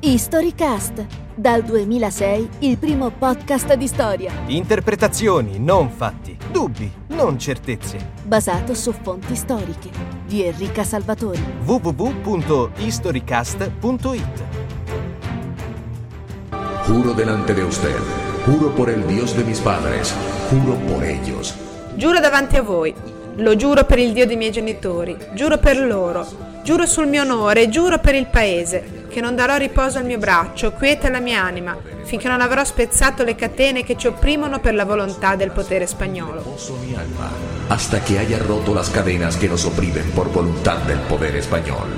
Historycast, dal 2006 il primo podcast di storia. Interpretazioni, non fatti. Dubbi, non certezze. Basato su fonti storiche. Di Enrica Salvatori. www.historycast.it. Juro delante de usted, juro por el Dios de mis padres, juro por ellos. Giuro davanti a voi, lo giuro per il Dio dei miei genitori, giuro per loro, giuro sul mio onore, giuro per il paese, che non darò riposo al mio braccio, quiete alla mia anima, finché non avrò spezzato le catene che ci opprimono per la volontà del potere spagnolo. Mi alma, hasta que haya roto las cadenas que nos oprimen por voluntad del poder español.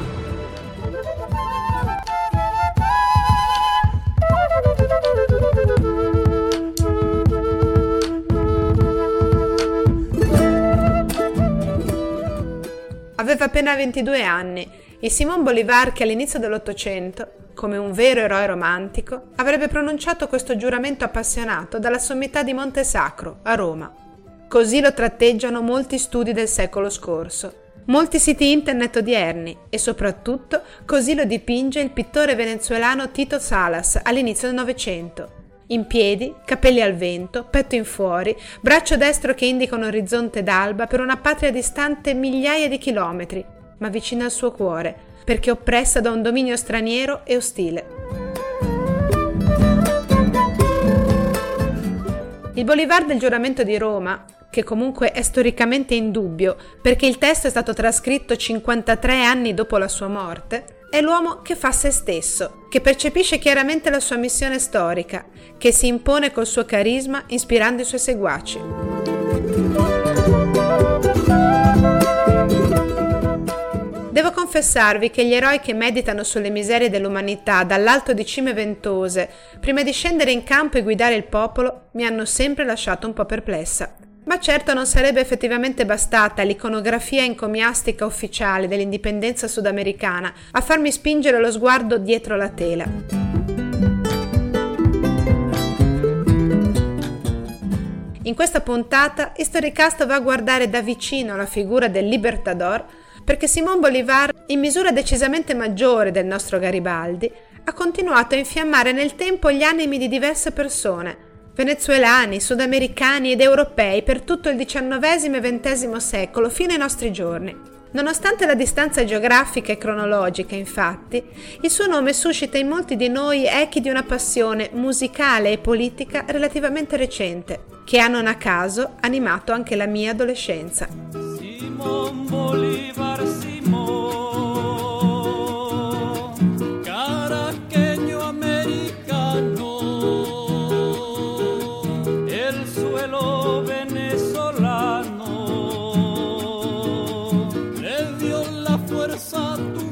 Aveva appena 22 anni e Simón Bolívar, che all'inizio dell'Ottocento, come un vero eroe romantico, avrebbe pronunciato questo giuramento appassionato dalla sommità di Monte Sacro, a Roma. Così lo tratteggiano molti studi del secolo scorso, molti siti internet odierni e soprattutto così lo dipinge il pittore venezuelano Tito Salas all'inizio del Novecento. In piedi, capelli al vento, petto in fuori, braccio destro che indica un orizzonte d'alba per una patria distante migliaia di chilometri, ma vicina al suo cuore, perché oppressa da un dominio straniero e ostile. Il Bolívar del giuramento di Roma, che comunque è storicamente indubbio perché il testo è stato trascritto 53 anni dopo la sua morte, è l'uomo che fa se stesso, che percepisce chiaramente la sua missione storica, che si impone col suo carisma ispirando i suoi seguaci. Devo confessarvi che gli eroi che meditano sulle miserie dell'umanità dall'alto di cime ventose, prima di scendere in campo e guidare il popolo, mi hanno sempre lasciato un po' perplessa. Ma certo non sarebbe effettivamente bastata l'iconografia encomiastica ufficiale dell'indipendenza sudamericana a farmi spingere lo sguardo dietro la tela. In questa puntata Historycast va a guardare da vicino la figura del Libertador, perché Simón Bolívar, in misura decisamente maggiore del nostro Garibaldi, ha continuato a infiammare nel tempo gli animi di diverse persone, venezuelani, sudamericani ed europei per tutto il XIX e XX secolo fino ai nostri giorni. Nonostante la distanza geografica e cronologica, infatti, il suo nome suscita in molti di noi echi di una passione musicale e politica relativamente recente, che ha non a caso animato anche la mia adolescenza. Simón Bolívar, Simón, caraqueño americano, el suelo venezolano, le dio la fuerza a tu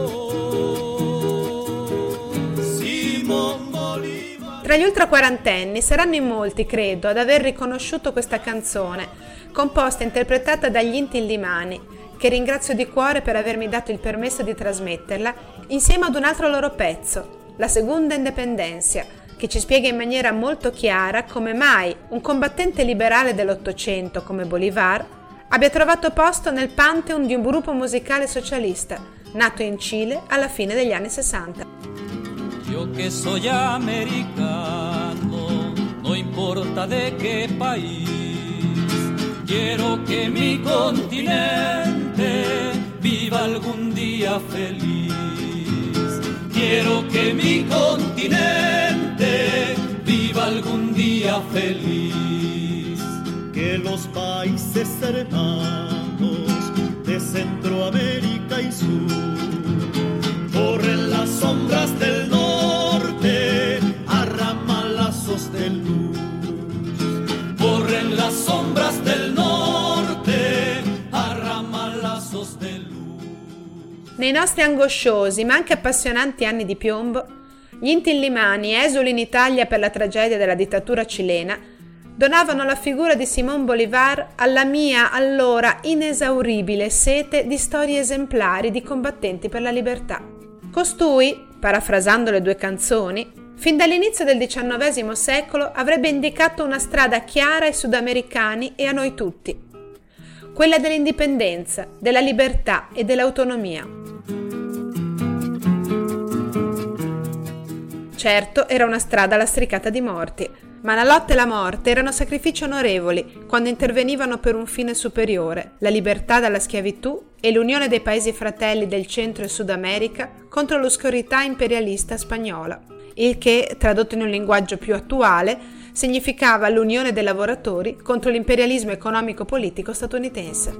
voz, Simón Bolívar. Tra gli ultraquarantenni saranno in molti, credo, ad aver riconosciuto questa canzone, composta e interpretata dagli Inti Illimani, che ringrazio di cuore per avermi dato il permesso di trasmetterla, insieme ad un altro loro pezzo, La Segunda Independencia, che ci spiega in maniera molto chiara come mai un combattente liberale dell'Ottocento come Bolívar abbia trovato posto nel pantheon di un gruppo musicale socialista, nato in Cile alla fine degli anni 60. Yo que soy americano, no importa de qué país, quiero que mi continente viva algún día feliz. Quiero que mi continente viva algún día feliz. Que los países hermanos de Centroamérica y Sur corren las sombras del norte a ramalazos de luz. Corren las sombras del norte a ramalazos de luz. Nei nostri angosciosi ma anche appassionanti anni di piombo, gli Inti Illimani, esuli in Italia per la tragedia della dittatura cilena, donavano la figura di Simón Bolívar alla mia allora inesauribile sete di storie esemplari di combattenti per la libertà. Costui, parafrasando le due canzoni, fin dall'inizio del XIX secolo avrebbe indicato una strada chiara ai sudamericani e a noi tutti, quella dell'indipendenza, della libertà e dell'autonomia. Certo, era una strada lastricata di morti, ma la lotta e la morte erano sacrifici onorevoli quando intervenivano per un fine superiore, la libertà dalla schiavitù e l'unione dei paesi fratelli del Centro e Sud America contro l'oscurità imperialista spagnola, il che, tradotto in un linguaggio più attuale, significava l'unione dei lavoratori contro l'imperialismo economico-politico statunitense.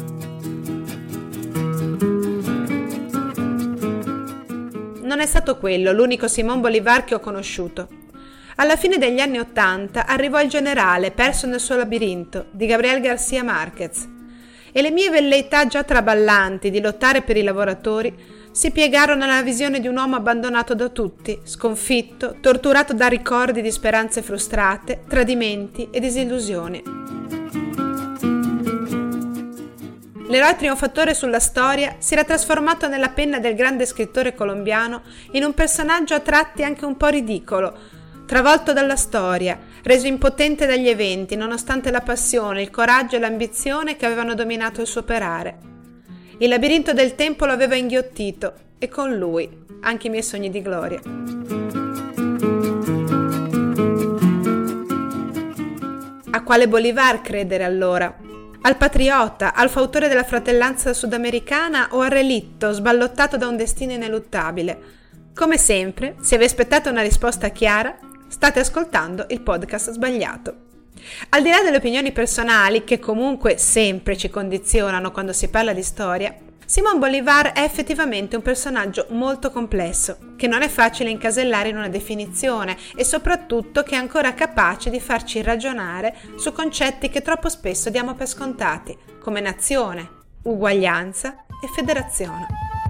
Non è stato quello l'unico Simón Bolívar che ho conosciuto. Alla fine degli anni '80 arrivò Il generale, perso nel suo labirinto, di Gabriel García Márquez, e le mie velleità già traballanti di lottare per i lavoratori si piegarono alla visione di un uomo abbandonato da tutti, sconfitto, torturato da ricordi di speranze frustrate, tradimenti e disillusioni. L'eroe trionfatore sulla storia si era trasformato nella penna del grande scrittore colombiano in un personaggio a tratti anche un po' ridicolo, travolto dalla storia, reso impotente dagli eventi nonostante la passione, il coraggio e l'ambizione che avevano dominato il suo operare. Il labirinto del tempo lo aveva inghiottito e con lui anche i miei sogni di gloria. A quale Bolívar credere allora? Al patriota, al fautore della fratellanza sudamericana o al relitto sballottato da un destino ineluttabile? Come sempre, se vi aspettate una risposta chiara, state ascoltando il podcast sbagliato. Al di là delle opinioni personali, che comunque sempre ci condizionano quando si parla di storia, Simón Bolívar è effettivamente un personaggio molto complesso, che non è facile incasellare in una definizione e soprattutto che è ancora capace di farci ragionare su concetti che troppo spesso diamo per scontati, come nazione, uguaglianza e federazione.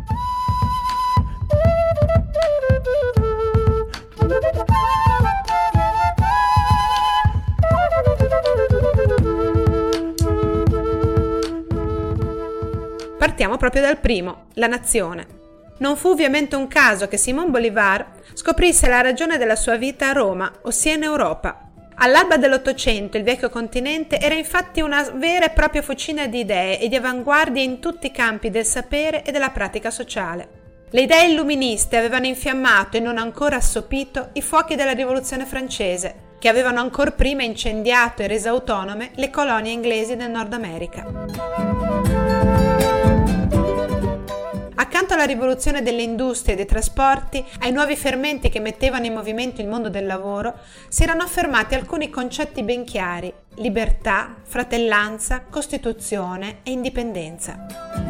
Partiamo proprio dal primo, la nazione. Non fu ovviamente un caso che Simón Bolívar scoprisse la ragione della sua vita a Roma, ossia in Europa. All'alba dell'Ottocento il vecchio continente era infatti una vera e propria fucina di idee e di avanguardie in tutti i campi del sapere e della pratica sociale. Le idee illuministe avevano infiammato e non ancora assopito i fuochi della Rivoluzione francese, che avevano ancor prima incendiato e reso autonome le colonie inglesi del Nord America. Accanto alla rivoluzione delle industrie e dei trasporti, ai nuovi fermenti che mettevano in movimento il mondo del lavoro, si erano affermati alcuni concetti ben chiari: libertà, fratellanza, costituzione e indipendenza.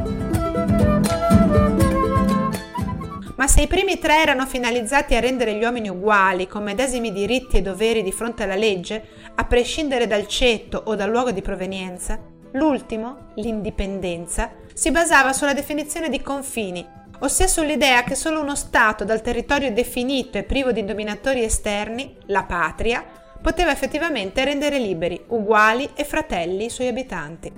Ma se i primi tre erano finalizzati a rendere gli uomini uguali, con medesimi diritti e doveri di fronte alla legge, a prescindere dal ceto o dal luogo di provenienza, l'ultimo, l'indipendenza, si basava sulla definizione di confini, ossia sull'idea che solo uno Stato dal territorio definito e privo di dominatori esterni, la patria, poteva effettivamente rendere liberi, uguali e fratelli i suoi abitanti.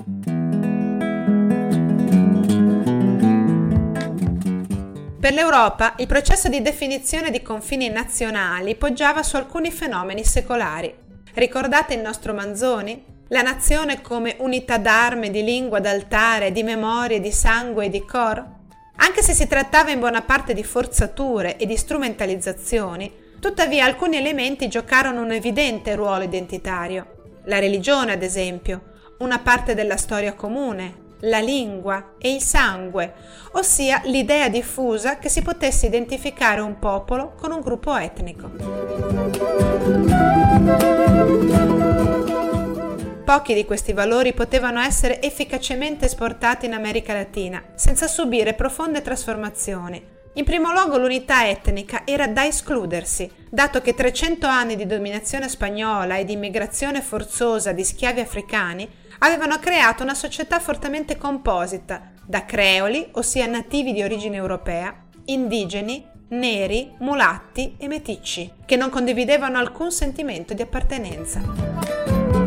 Per l'Europa, il processo di definizione di confini nazionali poggiava su alcuni fenomeni secolari. Ricordate il nostro Manzoni? La nazione come unità d'arme, di lingua, d'altare, di memorie, di sangue e di cor? Anche se si trattava in buona parte di forzature e di strumentalizzazioni, tuttavia alcuni elementi giocarono un evidente ruolo identitario. La religione, ad esempio, una parte della storia comune, la lingua e il sangue, ossia l'idea diffusa che si potesse identificare un popolo con un gruppo etnico. Pochi di questi valori potevano essere efficacemente esportati in America Latina, senza subire profonde trasformazioni. In primo luogo l'unità etnica era da escludersi, dato che 300 anni di dominazione spagnola e di immigrazione forzosa di schiavi africani avevano creato una società fortemente composita da creoli, ossia nativi di origine europea, indigeni, neri, mulatti e meticci, che non condividevano alcun sentimento di appartenenza.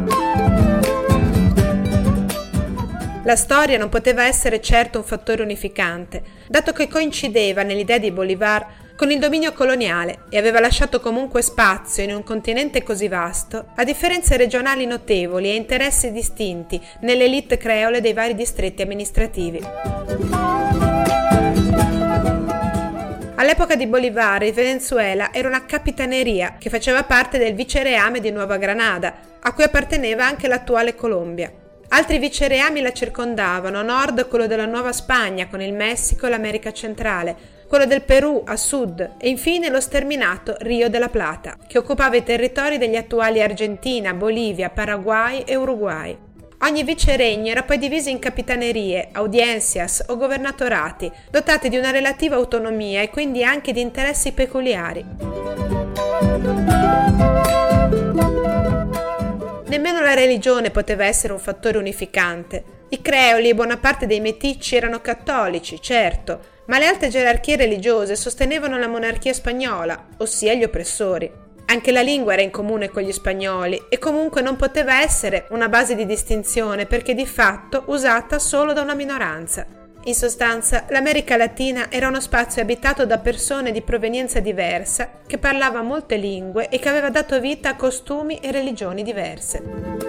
La storia non poteva essere certo un fattore unificante, dato che coincideva nell'idea di Bolívar con il dominio coloniale e aveva lasciato comunque spazio in un continente così vasto a differenze regionali notevoli e interessi distinti nelle élite creole dei vari distretti amministrativi. All'epoca di Bolivar il Venezuela era una capitaneria che faceva parte del vicereame di Nuova Granada, a cui apparteneva anche l'attuale Colombia. Altri vicereami la circondavano, a nord quello della Nuova Spagna con il Messico e l'America centrale, quello del Perù a sud e infine lo sterminato Rio de la Plata, che occupava i territori degli attuali Argentina, Bolivia, Paraguay e Uruguay. Ogni viceregno era poi diviso in capitanerie, audiencias o governatorati, dotati di una relativa autonomia e quindi anche di interessi peculiari. Nemmeno la religione poteva essere un fattore unificante. I creoli e buona parte dei meticci erano cattolici, certo, ma le alte gerarchie religiose sostenevano la monarchia spagnola, ossia gli oppressori. Anche la lingua era in comune con gli spagnoli e comunque non poteva essere una base di distinzione perché di fatto usata solo da una minoranza. In sostanza, l'America Latina era uno spazio abitato da persone di provenienza diversa, che parlava molte lingue e che aveva dato vita a costumi e religioni diverse.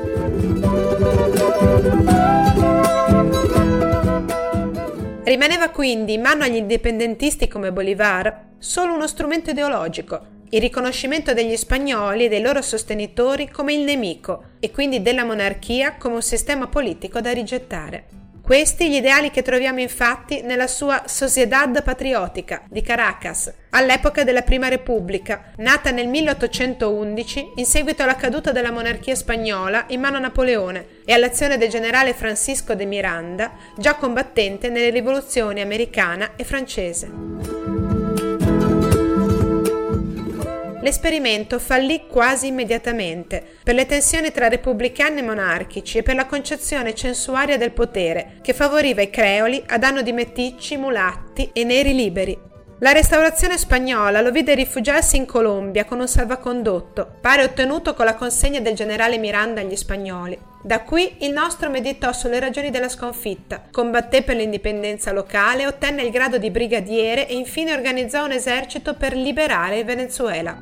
Rimaneva quindi in mano agli indipendentisti come Bolivar solo uno strumento ideologico, il riconoscimento degli spagnoli e dei loro sostenitori come il nemico e quindi della monarchia come un sistema politico da rigettare. Questi gli ideali che troviamo infatti nella sua Sociedad Patriótica di Caracas, all'epoca della Prima Repubblica, nata nel 1811 in seguito alla caduta della monarchia spagnola in mano a Napoleone e all'azione del generale Francisco de Miranda, già combattente nelle rivoluzioni americana e francese. L'esperimento fallì quasi immediatamente per le tensioni tra repubblicani e monarchici e per la concezione censuaria del potere che favoriva i creoli a danno di meticci, mulatti e neri liberi. La restaurazione spagnola lo vide rifugiarsi in Colombia con un salvacondotto, pare ottenuto con la consegna del generale Miranda agli spagnoli. Da qui il nostro meditò sulle ragioni della sconfitta, combatté per l'indipendenza locale, ottenne il grado di brigadiere e infine organizzò un esercito per liberare il Venezuela.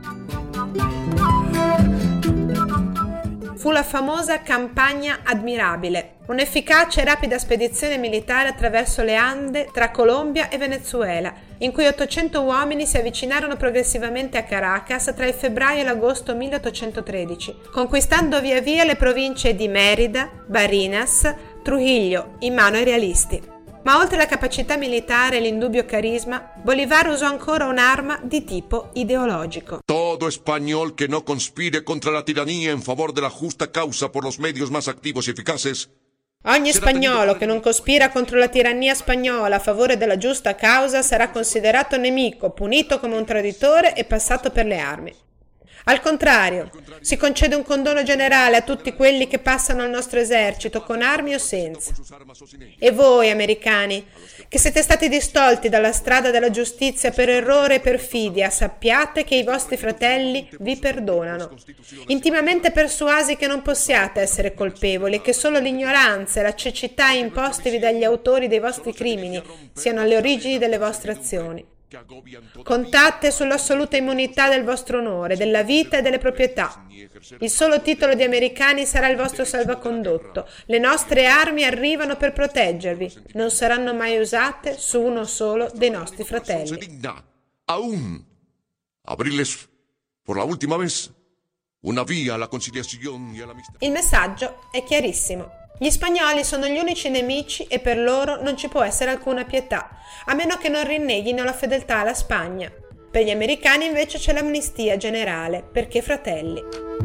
Fu la famosa Campagna Admirabile, un'efficace e rapida spedizione militare attraverso le Ande tra Colombia e Venezuela, in cui 800 uomini si avvicinarono progressivamente a Caracas tra il febbraio e l'agosto 1813, conquistando via via le province di Mérida, Barinas, Trujillo, in mano ai realisti. Ma oltre la capacità militare e l'indubbio carisma, Bolivar usò ancora un'arma di tipo ideologico. Todo español que no conspire contra la tiranía en favor de la justa causa por los medios más activos y eficaces. Ogni spagnolo che non cospira contro la tirannia spagnola a favore della giusta causa sarà considerato nemico, punito come un traditore e passato per le armi. Al contrario, si concede un condono generale a tutti quelli che passano al nostro esercito, con armi o senza. E voi, americani, che siete stati distolti dalla strada della giustizia per errore e perfidia, sappiate che i vostri fratelli vi perdonano, intimamente persuasi che non possiate essere colpevoli e che solo l'ignoranza e la cecità impostevi dagli autori dei vostri crimini siano alle origini delle vostre azioni. Contate sull'assoluta immunità del vostro onore, della vita e delle proprietà. Il solo titolo di americani sarà il vostro salvacondotto. Le nostre armi arrivano per proteggervi. Non saranno mai usate su uno solo dei nostri fratelli. Aún abrirles por la última vez una vía a la conciliación y a la amistad. Il messaggio è chiarissimo. Gli spagnoli sono gli unici nemici e per loro non ci può essere alcuna pietà, a meno che non rinneghino la fedeltà alla Spagna. Per gli americani invece c'è l'amnistia generale, perché fratelli.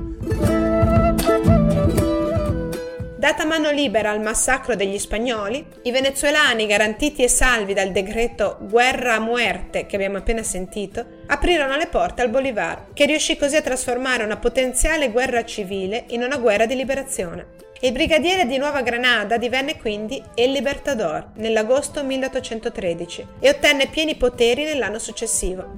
Data mano libera al massacro degli spagnoli, i venezuelani, garantiti e salvi dal decreto Guerra a Muerte che abbiamo appena sentito, aprirono le porte al Bolivar, che riuscì così a trasformare una potenziale guerra civile in una guerra di liberazione. Il brigadiere di Nuova Granada divenne quindi El Libertador nell'agosto 1813 e ottenne pieni poteri nell'anno successivo.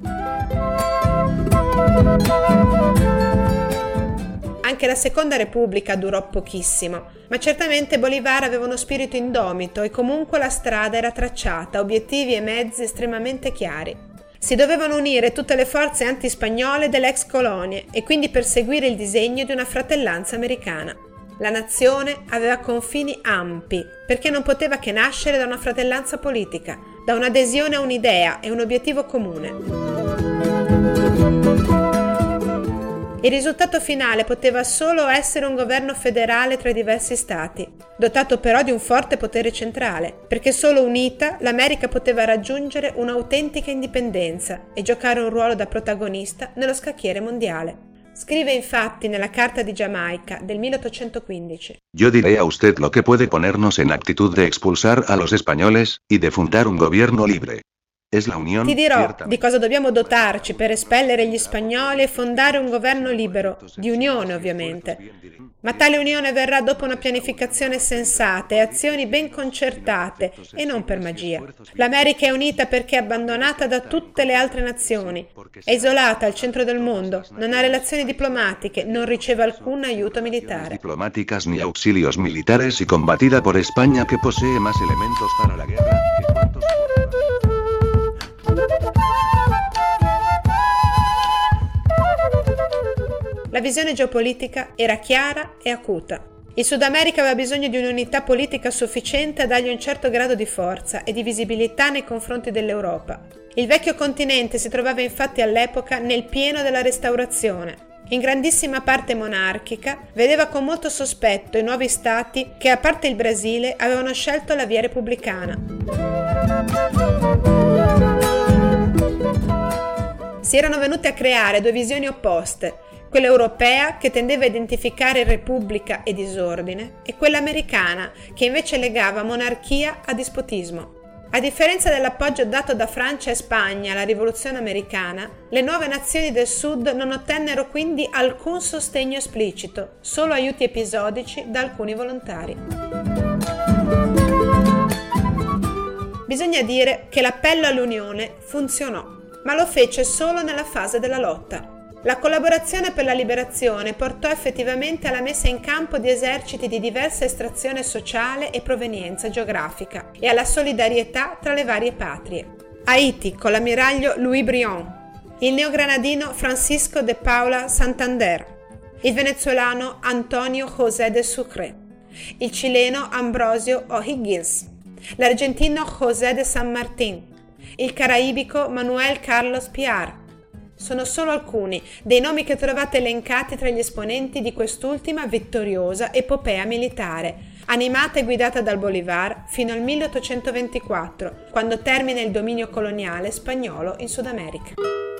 Anche la Seconda Repubblica durò pochissimo, ma certamente Bolivar aveva uno spirito indomito e comunque la strada era tracciata, obiettivi e mezzi estremamente chiari. Si dovevano unire tutte le forze antispagnole delle ex colonie e quindi perseguire il disegno di una fratellanza americana. La nazione aveva confini ampi, perché non poteva che nascere da una fratellanza politica, da un'adesione a un'idea e un obiettivo comune. Il risultato finale poteva solo essere un governo federale tra i diversi stati, dotato però di un forte potere centrale, perché solo unita l'America poteva raggiungere un'autentica indipendenza e giocare un ruolo da protagonista nello scacchiere mondiale. Scrive infatti nella Carta di Giamaica del 1815: Yo diré a usted lo que puede ponernos en actitud de expulsar a los españoles, y de fundar un gobierno libre. Ti dirò di cosa dobbiamo dotarci per espellere gli spagnoli e fondare un governo libero, di unione ovviamente. Ma tale unione verrà dopo una pianificazione sensata e azioni ben concertate e non per magia. L'America è unita perché è abbandonata da tutte le altre nazioni, è isolata al centro del mondo, non ha relazioni diplomatiche, non riceve alcun aiuto militare. Diplomáticas ni auxilios militares y combatida por España que posee más elementos para la guerra que cuantos... La visione geopolitica era chiara e acuta. Il Sud America aveva bisogno di un'unità politica sufficiente a dargli un certo grado di forza e di visibilità nei confronti dell'Europa. Il vecchio continente si trovava infatti all'epoca nel pieno della Restaurazione. In grandissima parte monarchica, vedeva con molto sospetto i nuovi stati che, a parte il Brasile, avevano scelto la via repubblicana. Si erano venute a creare due visioni opposte, quella europea che tendeva a identificare repubblica e disordine e quella americana che invece legava monarchia a dispotismo. A differenza dell'appoggio dato da Francia e Spagna alla rivoluzione americana, le nuove nazioni del Sud non ottennero quindi alcun sostegno esplicito, solo aiuti episodici da alcuni volontari. Bisogna dire che l'appello all'unione funzionò, ma lo fece solo nella fase della lotta. La collaborazione per la liberazione portò effettivamente alla messa in campo di eserciti di diversa estrazione sociale e provenienza geografica e alla solidarietà tra le varie patrie. Haiti con l'ammiraglio Louis Briand, il neogranadino Francisco de Paula Santander, il venezuelano Antonio José de Sucre, il cileno Ambrosio O'Higgins, l'argentino José de San Martín, il caraibico Manuel Carlos Piar. Sono solo alcuni dei nomi che trovate elencati tra gli esponenti di quest'ultima vittoriosa epopea militare, animata e guidata dal Bolívar fino al 1824, quando termina il dominio coloniale spagnolo in Sud America.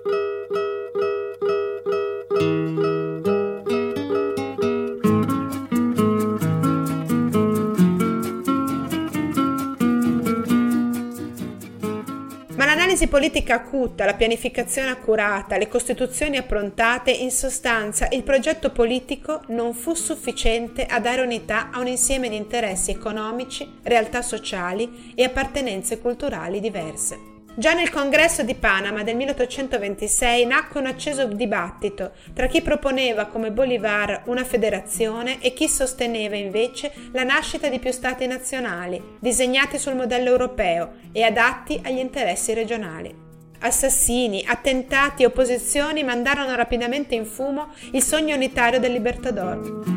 L'analisi politica acuta, la pianificazione accurata, le costituzioni approntate, in sostanza il progetto politico non fu sufficiente a dare unità a un insieme di interessi economici, realtà sociali e appartenenze culturali diverse. Già nel congresso di Panama del 1826 nacque un acceso dibattito tra chi proponeva come Bolívar una federazione e chi sosteneva invece la nascita di più stati nazionali, disegnati sul modello europeo e adatti agli interessi regionali. Assassini, attentati e opposizioni mandarono rapidamente in fumo il sogno unitario del Libertador.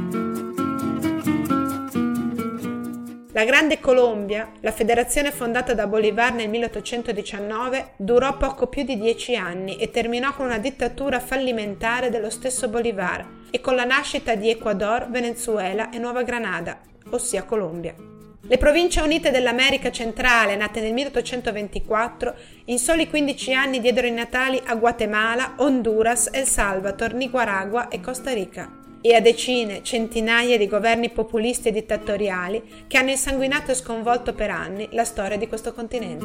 La Grande Colombia, la federazione fondata da Bolívar nel 1819, durò poco più di 10 anni e terminò con una dittatura fallimentare dello stesso Bolívar e con la nascita di Ecuador, Venezuela e Nuova Granada, ossia Colombia. Le Province Unite dell'America Centrale, nate nel 1824, in soli 15 anni diedero i natali a Guatemala, Honduras, El Salvador, Nicaragua e Costa Rica, e a decine, centinaia di governi populisti e dittatoriali che hanno insanguinato e sconvolto per anni la storia di questo continente.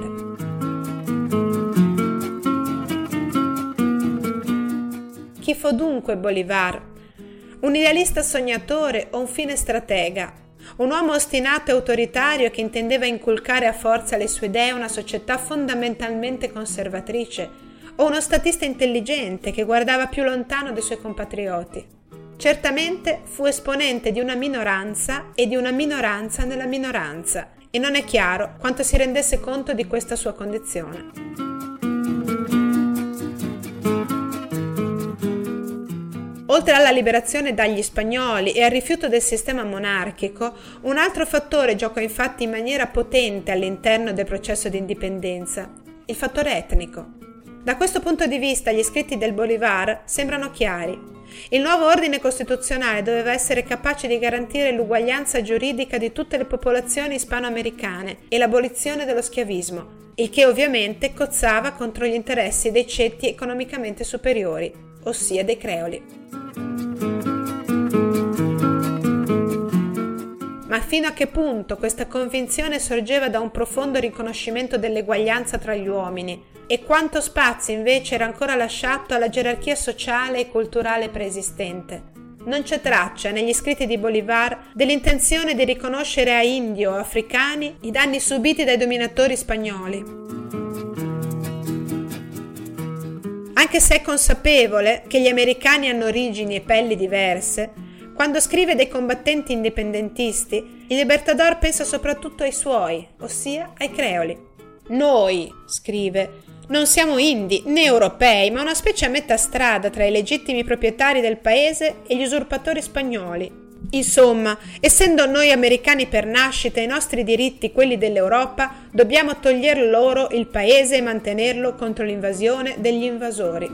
Chi fu dunque Bolívar? Un idealista sognatore o un fine stratega? Un uomo ostinato e autoritario che intendeva inculcare a forza le sue idee a una società fondamentalmente conservatrice? O uno statista intelligente che guardava più lontano dei suoi compatrioti? Certamente fu esponente di una minoranza e di una minoranza nella minoranza, e non è chiaro quanto si rendesse conto di questa sua condizione. Oltre alla liberazione dagli spagnoli e al rifiuto del sistema monarchico, un altro fattore gioca infatti in maniera potente all'interno del processo di indipendenza: il fattore etnico. Da questo punto di vista gli scritti del Bolivar sembrano chiari. Il nuovo ordine costituzionale doveva essere capace di garantire l'uguaglianza giuridica di tutte le popolazioni ispanoamericane e l'abolizione dello schiavismo, il che ovviamente cozzava contro gli interessi dei ceti economicamente superiori, ossia dei creoli. Ma fino a che punto questa convinzione sorgeva da un profondo riconoscimento dell'eguaglianza tra gli uomini e quanto spazio invece era ancora lasciato alla gerarchia sociale e culturale preesistente? Non c'è traccia negli scritti di Bolivar dell'intenzione di riconoscere a indi o africani i danni subiti dai dominatori spagnoli. Anche se è consapevole che gli americani hanno origini e pelli diverse, quando scrive dei combattenti indipendentisti, il Libertador pensa soprattutto ai suoi, ossia ai creoli. Noi, scrive, non siamo indi né europei, ma una specie a metà strada tra i legittimi proprietari del paese e gli usurpatori spagnoli. Insomma, essendo noi americani per nascita e i nostri diritti quelli dell'Europa, dobbiamo toglier loro il paese e mantenerlo contro l'invasione degli invasori.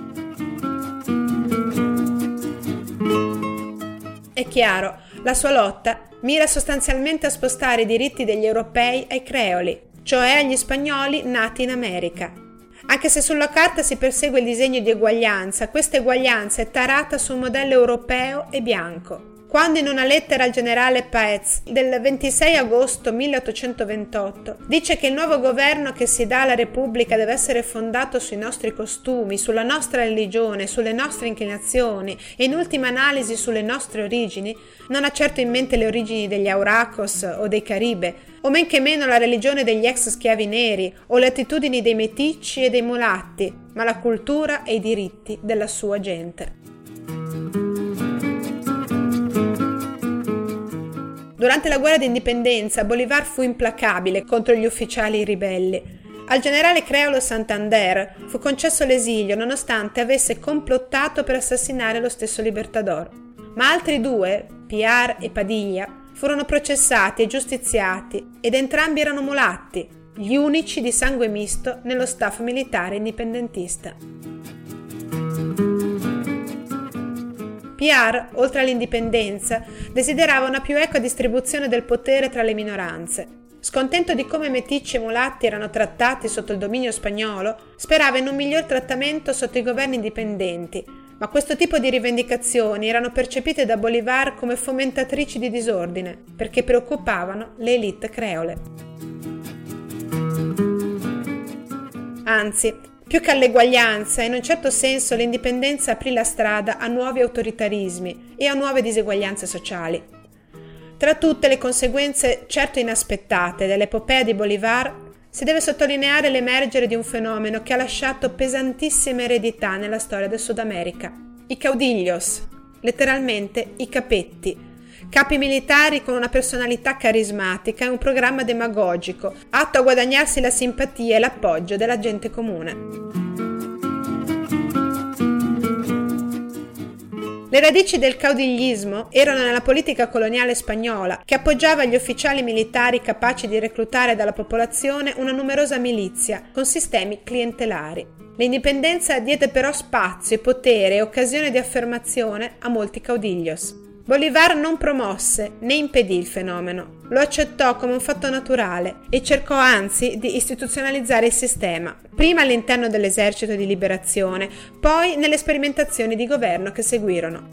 È chiaro, la sua lotta mira sostanzialmente a spostare i diritti degli europei ai creoli, cioè agli spagnoli nati in America. Anche se sulla carta si persegue il disegno di eguaglianza, questa eguaglianza è tarata su un modello europeo e bianco. Quando in una lettera al generale Paez del 26 agosto 1828 dice che il nuovo governo che si dà alla Repubblica deve essere fondato sui nostri costumi, sulla nostra religione, sulle nostre inclinazioni e in ultima analisi sulle nostre origini, non ha certo in mente le origini degli Auracos o dei Caribe, o men che meno la religione degli ex schiavi neri o le attitudini dei meticci e dei mulatti, ma la cultura e i diritti della sua gente. Durante la guerra d'indipendenza, Bolivar fu implacabile contro gli ufficiali ribelli. Al generale creolo Santander fu concesso l'esilio nonostante avesse complottato per assassinare lo stesso Libertador. Ma altri due, Piar e Padilla, furono processati e giustiziati ed entrambi erano mulatti, gli unici di sangue misto nello staff militare indipendentista. Piar, oltre all'indipendenza, desiderava una più equa distribuzione del potere tra le minoranze. Scontento di come meticci e mulatti erano trattati sotto il dominio spagnolo, sperava in un miglior trattamento sotto i governi indipendenti, ma questo tipo di rivendicazioni erano percepite da Bolivar come fomentatrici di disordine, perché preoccupavano le élite creole. Anzi, più che all'eguaglianza, in un certo senso l'indipendenza aprì la strada a nuovi autoritarismi e a nuove diseguaglianze sociali. Tra tutte le conseguenze certo inaspettate dell'epopea di Bolivar, si deve sottolineare l'emergere di un fenomeno che ha lasciato pesantissime eredità nella storia del Sud America. I caudillos, letteralmente i capetti, capi militari con una personalità carismatica e un programma demagogico, atto a guadagnarsi la simpatia e l'appoggio della gente comune. Le radici del caudillismo erano nella politica coloniale spagnola, che appoggiava gli ufficiali militari capaci di reclutare dalla popolazione una numerosa milizia con sistemi clientelari. L'indipendenza diede però spazio, potere e occasione di affermazione a molti caudillos. Bolivar non promosse né impedì il fenomeno, lo accettò come un fatto naturale e cercò anzi di istituzionalizzare il sistema, prima all'interno dell'esercito di liberazione, poi nelle sperimentazioni di governo che seguirono.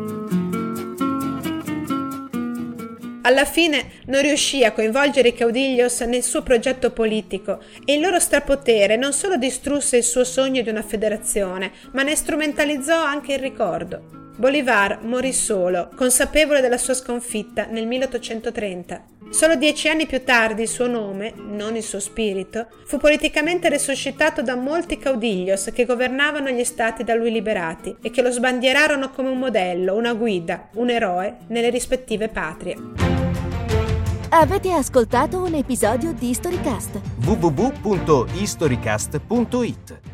Alla fine non riuscì a coinvolgere i caudillos nel suo progetto politico e il loro strapotere non solo distrusse il suo sogno di una federazione, ma ne strumentalizzò anche il ricordo. Bolivar morì solo, consapevole della sua sconfitta, nel 1830. Solo 10 anni più tardi il suo nome, non il suo spirito, fu politicamente resuscitato da molti caudillos che governavano gli stati da lui liberati e che lo sbandierarono come un modello, una guida, un eroe nelle rispettive patrie. Avete ascoltato un episodio di Historycast. www.historycast.it